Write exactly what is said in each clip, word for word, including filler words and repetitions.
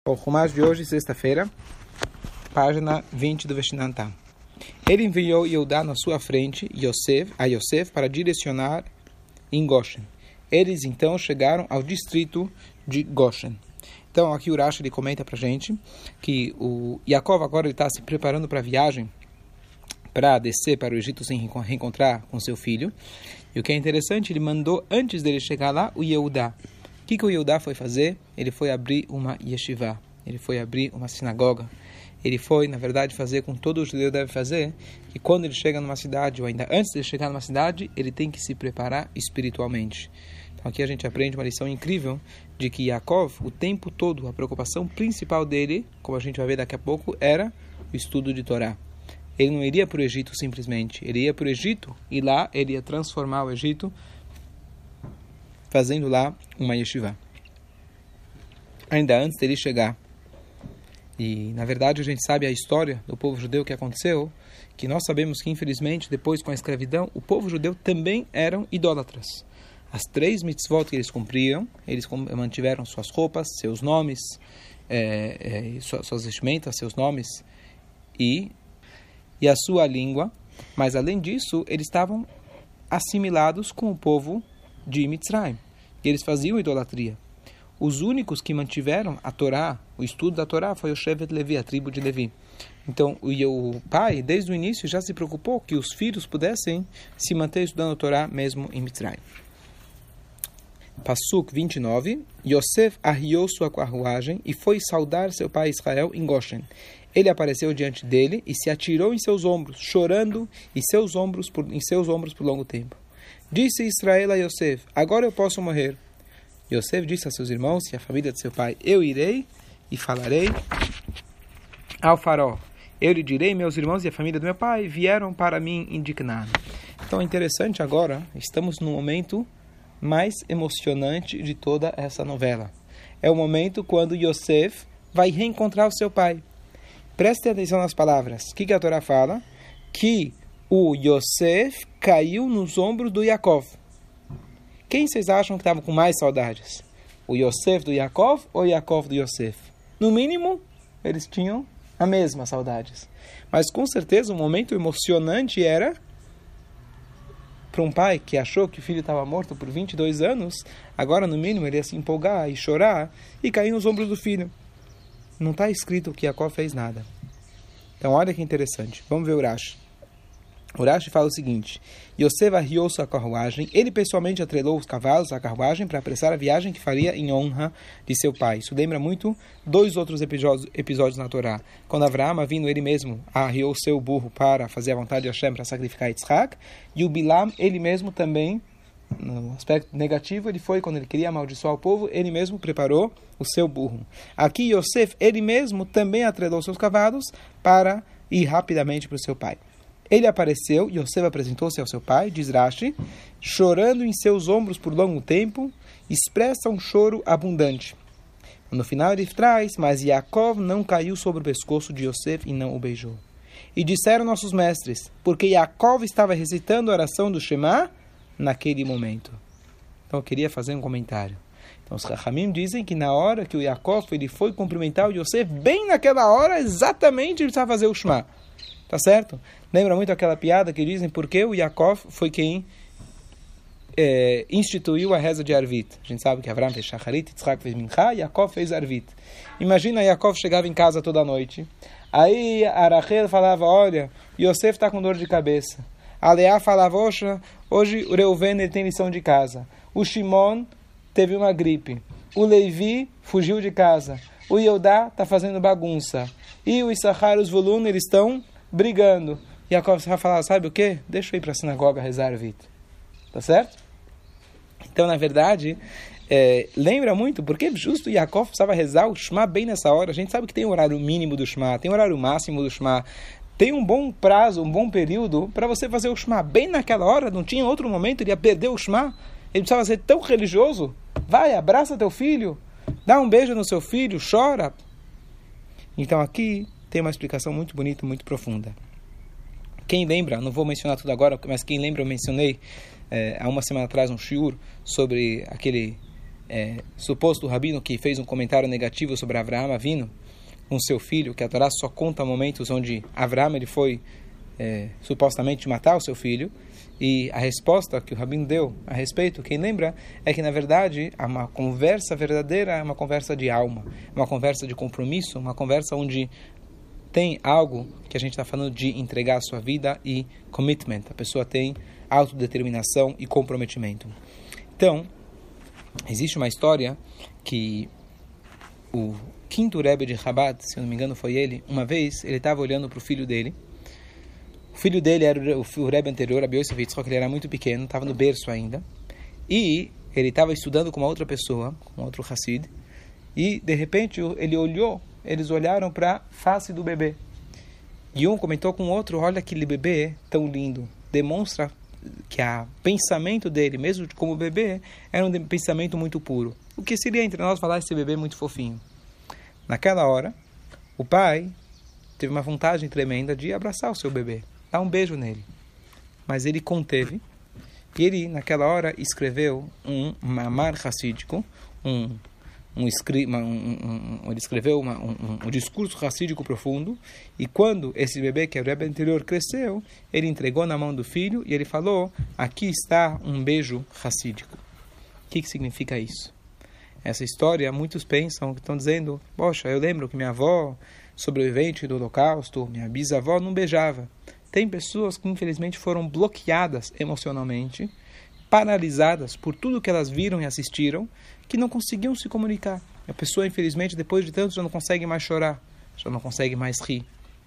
O Chumash de hoje, sexta-feira, página vinte do Veshinantá. Ele enviou Yehudá na sua frente, Yosef, a Yosef, para direcionar em Goshen. Eles então chegaram ao distrito de Goshen. Então aqui o Rashi ele comenta para a gente que o Yaakov agora está se preparando para a viagem para descer para o Egito sem reencontrar com seu filho. E o que é interessante, ele mandou antes dele chegar lá o Yehudá. O que, que o Yehudá foi fazer? Ele foi abrir uma yeshiva, ele foi abrir uma sinagoga. Ele foi, na verdade, fazer com todo o judeu deve fazer, que quando ele chega numa cidade, ou ainda antes de chegar numa cidade, ele tem que se preparar espiritualmente. Então aqui a gente aprende uma lição incrível de que Yaakov, o tempo todo, a preocupação principal dele, como a gente vai ver daqui a pouco, era o estudo de Torá. Ele não iria para o Egito simplesmente, ele ia para o Egito e lá ele ia transformar o Egito fazendo lá uma yeshiva. Ainda antes dele chegar. E, na verdade, a gente sabe a história do povo judeu que aconteceu, que nós sabemos que, infelizmente, depois com a escravidão, o povo judeu também eram idólatras. As três mitzvot que eles cumpriam, eles mantiveram suas roupas, seus nomes, é, é, suas vestimentas, seus nomes e, e a sua língua. Mas, além disso, eles estavam assimilados com o povo de Mitzrayim. E eles faziam idolatria. Os únicos que mantiveram a Torá, o estudo da Torá, foi o Shevet Levi, a tribo de Levi. Então, o pai, desde o início, já se preocupou que os filhos pudessem se manter estudando a Torá mesmo em Mitzrayim. Passuk vinte e nove. Yosef arriou sua carruagem e foi saudar seu pai Israel em Goshen. Ele apareceu diante dele e se atirou em seus ombros, chorando em seus ombros por, em seus ombros por longo tempo. Disse Israel a Yosef: agora eu posso morrer. Yosef disse a seus irmãos e à família de seu pai: eu irei e falarei ao faraó. Eu lhe direi: meus irmãos e a família do meu pai vieram para mim indignados. Então é interessante agora, estamos no momento mais emocionante de toda essa novela. É o momento quando Yosef vai reencontrar o seu pai. Prestem atenção nas palavras. O que, que a Torá fala? Que o Yosef caiu nos ombros do Yaakov. Quem vocês acham que estava com mais saudades? O Yosef do Yaakov ou o Yaakov do Yosef? No mínimo, eles tinham a mesma saudades. Mas com certeza, um momento emocionante era para um pai que achou que o filho estava morto por vinte e dois anos, agora no mínimo ele ia se empolgar e chorar e cair nos ombros do filho. Não está escrito que Yaakov fez nada. Então olha que interessante. Vamos ver o Rashi. O Rashi fala o seguinte: Yosef arriou sua carruagem, ele pessoalmente atrelou os cavalos à carruagem para apressar a viagem que faria em honra de seu pai. Isso lembra muito dois outros episódios, episódios na Torá. Quando Avraham, vindo ele mesmo, arriou seu burro para fazer a vontade de Hashem para sacrificar Yitzhak, e o Bilam, ele mesmo também, no aspecto negativo, ele foi, quando ele queria amaldiçoar o povo, ele mesmo preparou o seu burro. Aqui Yosef, ele mesmo também atrelou seus cavalos para ir rapidamente para o seu pai. Ele apareceu, Yosef apresentou-se ao seu pai, diz Rashi, chorando em seus ombros por longo tempo, expressa um choro abundante. No final ele traz, mas Yaakov não caiu sobre o pescoço de Yosef e não o beijou. E disseram nossos mestres, porque Yaakov estava recitando a oração do Shema naquele momento. Então eu queria fazer um comentário. Então os Chachamim dizem que na hora que o Yaakov ele foi cumprimentar o Yosef, bem naquela hora, exatamente ele precisava fazer o Shema. Tá certo? Lembra muito aquela piada que dizem porque o Yaakov foi quem é, instituiu a reza de Arvit. A gente sabe que Avraham fez Shacharit, Yitzhak fez Mincha, Yaakov fez Arvit. Imagina, Yaakov chegava em casa toda noite. Aí a Rachel falava: olha, Yosef está com dor de cabeça. A Leá falava: Oxa, hoje o Reuven ele tem lição de casa. O Shimon teve uma gripe. O Levi fugiu de casa. O Yehudá está fazendo bagunça. E o Issachar e os Volun, eles estão brigando. Yaakov vai falar: sabe o quê? Deixa eu ir para a sinagoga rezar Arvit. Tá certo? Então, na verdade, é, lembra muito, porque justo Yaakov precisava rezar o Shema bem nessa hora. A gente sabe que tem o horário mínimo do Shema, tem o horário máximo do Shema. Tem um bom prazo, um bom período para você fazer o Shema. Bem naquela hora, não tinha outro momento, ele ia perder o Shema. Ele precisava ser tão religioso. Vai, abraça teu filho, dá um beijo no seu filho, chora. Então aqui tem uma explicação muito bonita, muito profunda. Quem lembra, não vou mencionar tudo agora, mas quem lembra, eu mencionei é, há uma semana atrás um shiur sobre aquele é, suposto rabino que fez um comentário negativo sobre Avraham Avinu, com seu filho, que a Torá só conta momentos onde Avraham ele foi é, supostamente matar o seu filho, e a resposta que o rabino deu a respeito, quem lembra, é que na verdade uma conversa verdadeira é uma conversa de alma, uma conversa de compromisso, uma conversa onde tem algo que a gente está falando de entregar a sua vida e commitment, a pessoa tem autodeterminação e comprometimento. Então, existe uma história que o quinto Rebbe de Chabad, se eu não me engano foi ele, uma vez ele estava olhando para o filho dele. O filho dele era o, o Rebbe anterior, Rabbi Yosef Yitzchok, ele era muito pequeno, estava no berço ainda. E ele estava estudando com uma outra pessoa, com outro Hassid, e de repente ele olhou, eles olharam para a face do bebê. E um comentou com o outro, olha aquele bebê tão lindo, demonstra que o pensamento dele, mesmo como bebê, era um pensamento muito puro. O que seria entre nós falar esse bebê muito fofinho? Naquela hora, o pai teve uma vontade tremenda de abraçar o seu bebê, dar um beijo nele. Mas ele conteve, e ele, naquela hora, escreveu um mamar racídico, um, um, um, um, um, ele escreveu uma, um, um, um discurso racídico profundo, e quando esse bebê, que é o Rebbe anterior, cresceu, ele entregou na mão do filho, e ele falou, aqui está um beijo racídico. O que, que significa isso? Essa história, muitos pensam, que estão dizendo, poxa, eu lembro que minha avó, sobrevivente do Holocausto, minha bisavó não beijava. Tem pessoas que infelizmente foram bloqueadas emocionalmente, paralisadas por tudo que elas viram e assistiram, que não conseguiam se comunicar. A pessoa, infelizmente, depois de tanto, já não consegue mais chorar, já não consegue mais rir.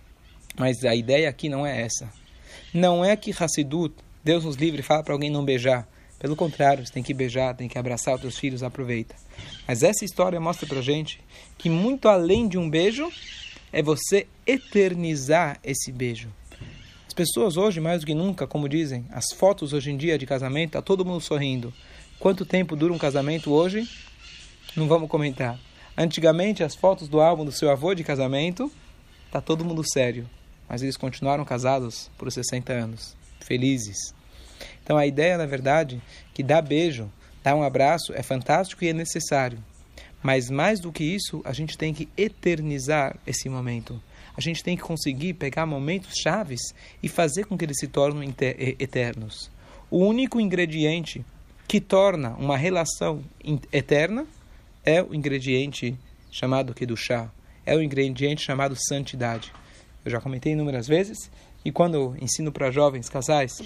Mas a ideia aqui não é essa. Não é que Hassidut, Deus nos livre, fala para alguém não beijar. Pelo contrário, você tem que beijar, tem que abraçar os teus filhos, aproveita. Mas essa história mostra pra gente que muito além de um beijo, é você eternizar esse beijo. As pessoas hoje, mais do que nunca, como dizem, as fotos hoje em dia de casamento, tá todo mundo sorrindo. Quanto tempo dura um casamento hoje? Não vamos comentar. Antigamente, as fotos do álbum do seu avô de casamento, tá todo mundo sério. Mas eles continuaram casados por sessenta anos, felizes. Então a ideia, na verdade, que dar beijo, dar um abraço é fantástico e é necessário. Mas mais do que isso, a gente tem que eternizar esse momento. A gente tem que conseguir pegar momentos chaves e fazer com que eles se tornem eternos. O único ingrediente que torna uma relação eterna é o ingrediente chamado Kedushá, é o ingrediente chamado santidade. Eu já comentei inúmeras vezes, e quando eu ensino para jovens casais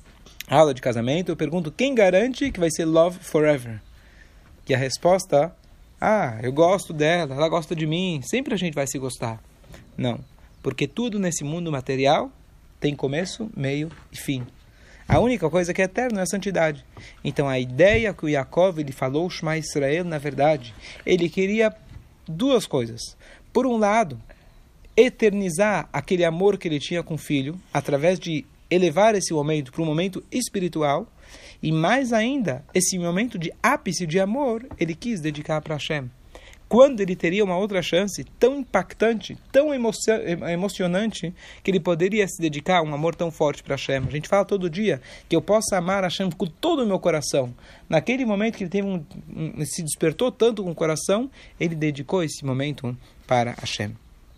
aula de casamento, eu pergunto, quem garante que vai ser love forever? E a resposta, ah, eu gosto dela, ela gosta de mim, sempre a gente vai se gostar. Não, porque tudo nesse mundo material tem começo, meio e fim. A única coisa que é eterna é a santidade. Então a ideia que o Yaakov ele falou, o Shema Israel, na verdade, ele queria duas coisas. Por um lado, eternizar aquele amor que ele tinha com o filho, através de elevar esse momento para um momento espiritual, e mais ainda, esse momento de ápice de amor, ele quis dedicar para Hashem. Quando ele teria uma outra chance tão impactante, tão emo- emocionante, que ele poderia se dedicar a um amor tão forte para Hashem. A gente fala todo dia que eu possa amar Hashem com todo o meu coração. Naquele momento que ele teve um, um, se despertou tanto com o coração, ele dedicou esse momento para Hashem.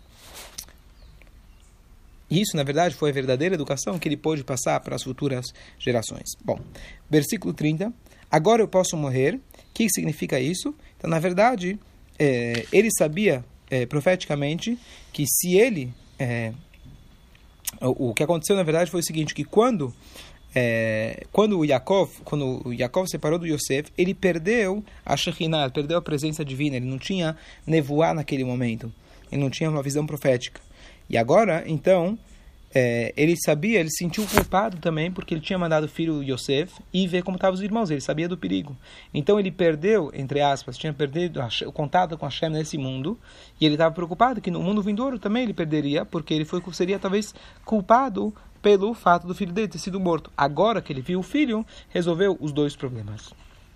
E isso, na verdade, foi a verdadeira educação que ele pôde passar para as futuras gerações. Bom, versículo trinta. Agora eu posso morrer. O que significa isso? Então, na verdade, é, ele sabia é, profeticamente que se ele... É, o, o que aconteceu, na verdade, foi o seguinte, que quando, é, quando o Yaakov, quando o Yaakov separou do Yosef, ele perdeu a Shekhinah, perdeu a presença divina, ele não tinha nevoar naquele momento, ele não tinha uma visão profética. E agora, então, é, ele sabia, ele se sentiu culpado também, porque ele tinha mandado o filho Yosef e ver como estavam os irmãos, ele sabia do perigo. Então ele perdeu, entre aspas, tinha perdido o contato com Hashem nesse mundo, e ele estava preocupado que no mundo vindouro também ele perderia, porque ele foi, seria talvez culpado pelo fato do filho dele ter sido morto. Agora que ele viu o filho, resolveu os dois problemas.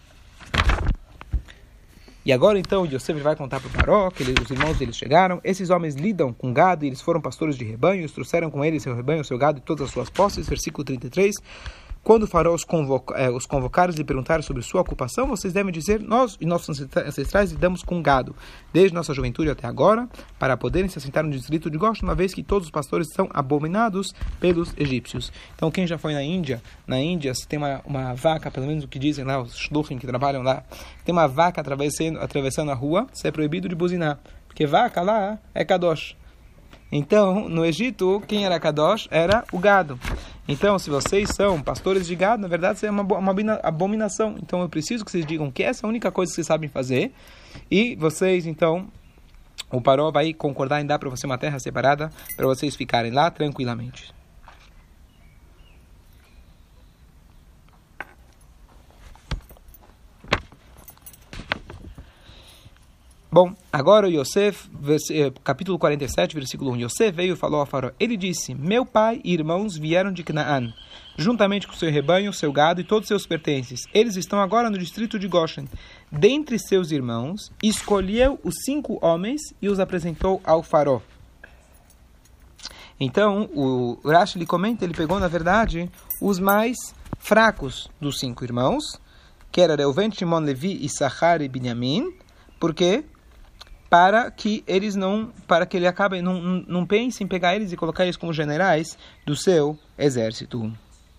E agora, então, Yosef vai contar para o Paró que ele, os irmãos deles chegaram. Esses homens lidam com gado e eles foram pastores de rebanhos, trouxeram com eles seu rebanho, seu gado e todas as suas posses. Versículo trinta e três. quando o faraó os, convoca, eh, os convocar e lhe perguntar sobre sua ocupação, vocês devem dizer, nós e nossos ancestrais lidamos com gado, desde nossa juventude até agora, para poderem se assentar no distrito de Goshen, uma vez que todos os pastores são abominados pelos egípcios. Então, quem já foi na Índia, na Índia, se tem uma, uma vaca, pelo menos o que dizem lá, os shluchim que trabalham lá, tem uma vaca atravessando, atravessando a rua, isso é proibido de buzinar, porque vaca lá é kadosh. Então, no Egito, quem era kadosh era o gado. Então, se vocês são pastores de gado, na verdade, isso é uma, uma abominação. Então, eu preciso que vocês digam que essa é a única coisa que vocês sabem fazer. E vocês, então, o Paró vai concordar em dar para você uma terra separada, para vocês ficarem lá tranquilamente. Bom, agora o Yosef, capítulo quarenta e sete, versículo um. Yosef veio e falou a Faraó. Ele disse, meu pai e irmãos vieram de Canaã, juntamente com seu rebanho, seu gado e todos seus pertences. Eles estão agora no distrito de Goshen. Dentre seus irmãos, escolheu os cinco homens e os apresentou ao Faraó. Então, o Rashi ele comenta, ele pegou, na verdade, os mais fracos dos cinco irmãos, que era Reuven, Shimon, Levi, Issachar e Binyamin, porque para que eles não, para que ele acabe, não, não, não pense em pegar eles e colocar eles como generais do seu exército.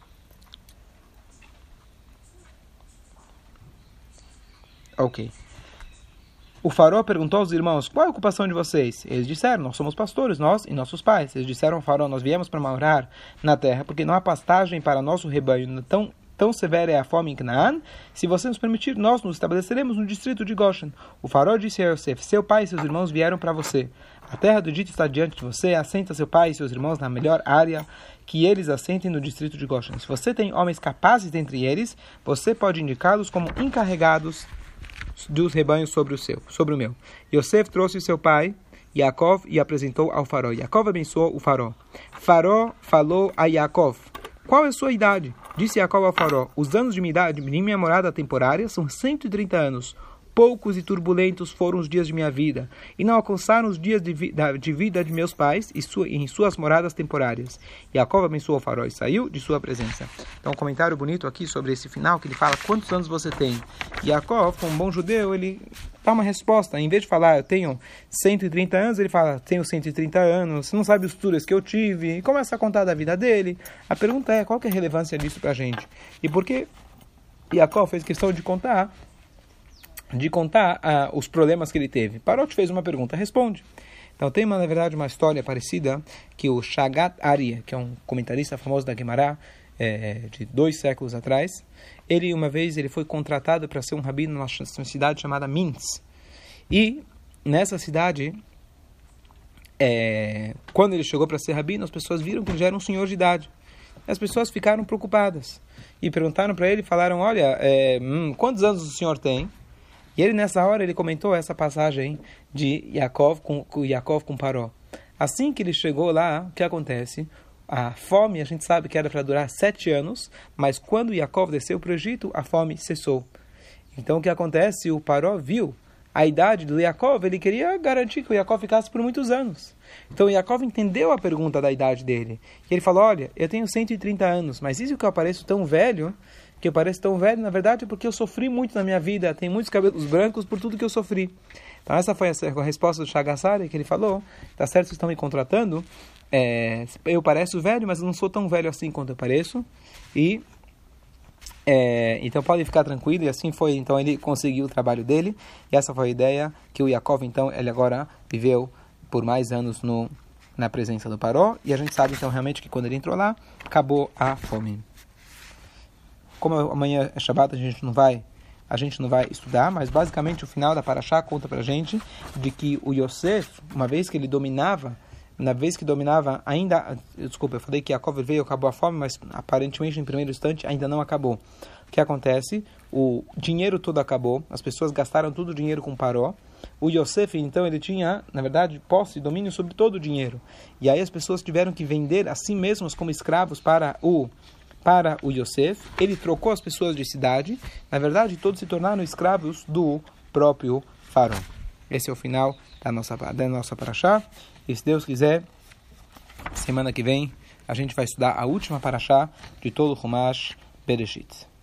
Ok. O Faraó perguntou aos irmãos, qual é a ocupação de vocês? Eles disseram, nós somos pastores, nós e nossos pais. Eles disseram ao Faraó, nós viemos para morar na terra, porque não há pastagem para nosso rebanho, tão Tão severa é a fome em Canaã, se você nos permitir, nós nos estabeleceremos no distrito de Goshen. O Faraó disse a Yosef, seu pai e seus irmãos vieram para você. A terra do Egito está diante de você, assenta seu pai e seus irmãos na melhor área, que eles assentem no distrito de Goshen. Se você tem homens capazes entre eles, você pode indicá-los como encarregados dos rebanhos sobre o seu, sobre o meu. Yosef trouxe seu pai, Yaakov, e apresentou ao Faraó. Yaakov abençoou o Faraó. Faraó falou a Yaakov, qual é a sua idade? Disse Jacob ao Faraó, os anos de minha idade, de minha morada temporária, são cento e trinta anos. Poucos e turbulentos foram os dias de minha vida, e não alcançaram os dias de, vi de vida de meus pais e sua, em suas moradas temporárias. Jacob abençoou o Faraó e saiu de sua presença. Então, um comentário bonito aqui sobre esse final, que ele fala, quantos anos você tem? E Jacob, como um bom judeu, ele dá uma resposta. Em vez de falar, eu tenho cento e trinta anos, ele fala, tenho cento e trinta anos, você não sabe os turas que eu tive, e começa a contar da vida dele. A pergunta é, qual que é a relevância disso pra gente? E por que Jacob fez questão de contar de contar uh, os problemas que ele teve? Paró te fez uma pergunta, responde. Então tem, uma, na verdade, uma história parecida que o Shagat Aryeh, que é um comentarista famoso da Gemara, é, de dois séculos atrás, ele, uma vez, ele foi contratado para ser um rabino numa cidade chamada Minsk. E, nessa cidade, é, quando ele chegou para ser rabino, as pessoas viram que ele já era um senhor de idade. As pessoas ficaram preocupadas e perguntaram para ele, falaram, olha, é, hum, quantos anos o senhor tem? E ele, nessa hora, ele comentou essa passagem de Yaakov com, com Yaakov com Paró. Assim que ele chegou lá, o que acontece? A fome, a gente sabe que era para durar sete anos, mas quando Yaakov desceu para o Egito, a fome cessou. Então, o que acontece? O Paró viu a idade do Yaakov, ele queria garantir que o Yaakov ficasse por muitos anos. Então, Yaakov entendeu a pergunta da idade dele. E ele falou, olha, eu tenho cento e trinta anos, mas isso que eu pareço tão velho... que eu pareço tão velho, na verdade, é porque eu sofri muito na minha vida, tenho muitos cabelos brancos por tudo que eu sofri. Então essa foi a resposta do Shagassari, que ele falou, tá certo que estão me contratando, é, eu pareço velho, mas eu não sou tão velho assim quanto eu pareço, e é, então podem ficar tranquilos, e assim foi, então ele conseguiu o trabalho dele, e essa foi a ideia que o Yaakov, então, ele agora viveu por mais anos no, na presença do Paró, e a gente sabe, então, realmente, que quando ele entrou lá, acabou a fome. Como amanhã é Shabbat, a gente não vai, a gente não vai estudar, mas basicamente o final da Parashá conta pra gente de que o Yosef, uma vez que ele dominava, uma vez que dominava ainda, desculpa, eu falei que Yaakov veio e acabou a fome, mas aparentemente em primeiro instante ainda não acabou. O que acontece? O dinheiro todo acabou, as pessoas gastaram todo o dinheiro com Paró. O Yosef, então, ele tinha, na verdade, posse e domínio sobre todo o dinheiro. E aí as pessoas tiveram que vender a si mesmas como escravos para o para o Yosef, ele trocou as pessoas de cidade, na verdade todos se tornaram escravos do próprio faraó. Esse é o final da nossa, da nossa parashá, e se Deus quiser, semana que vem, a gente vai estudar a última parashá de todo o Humash, Bereshit.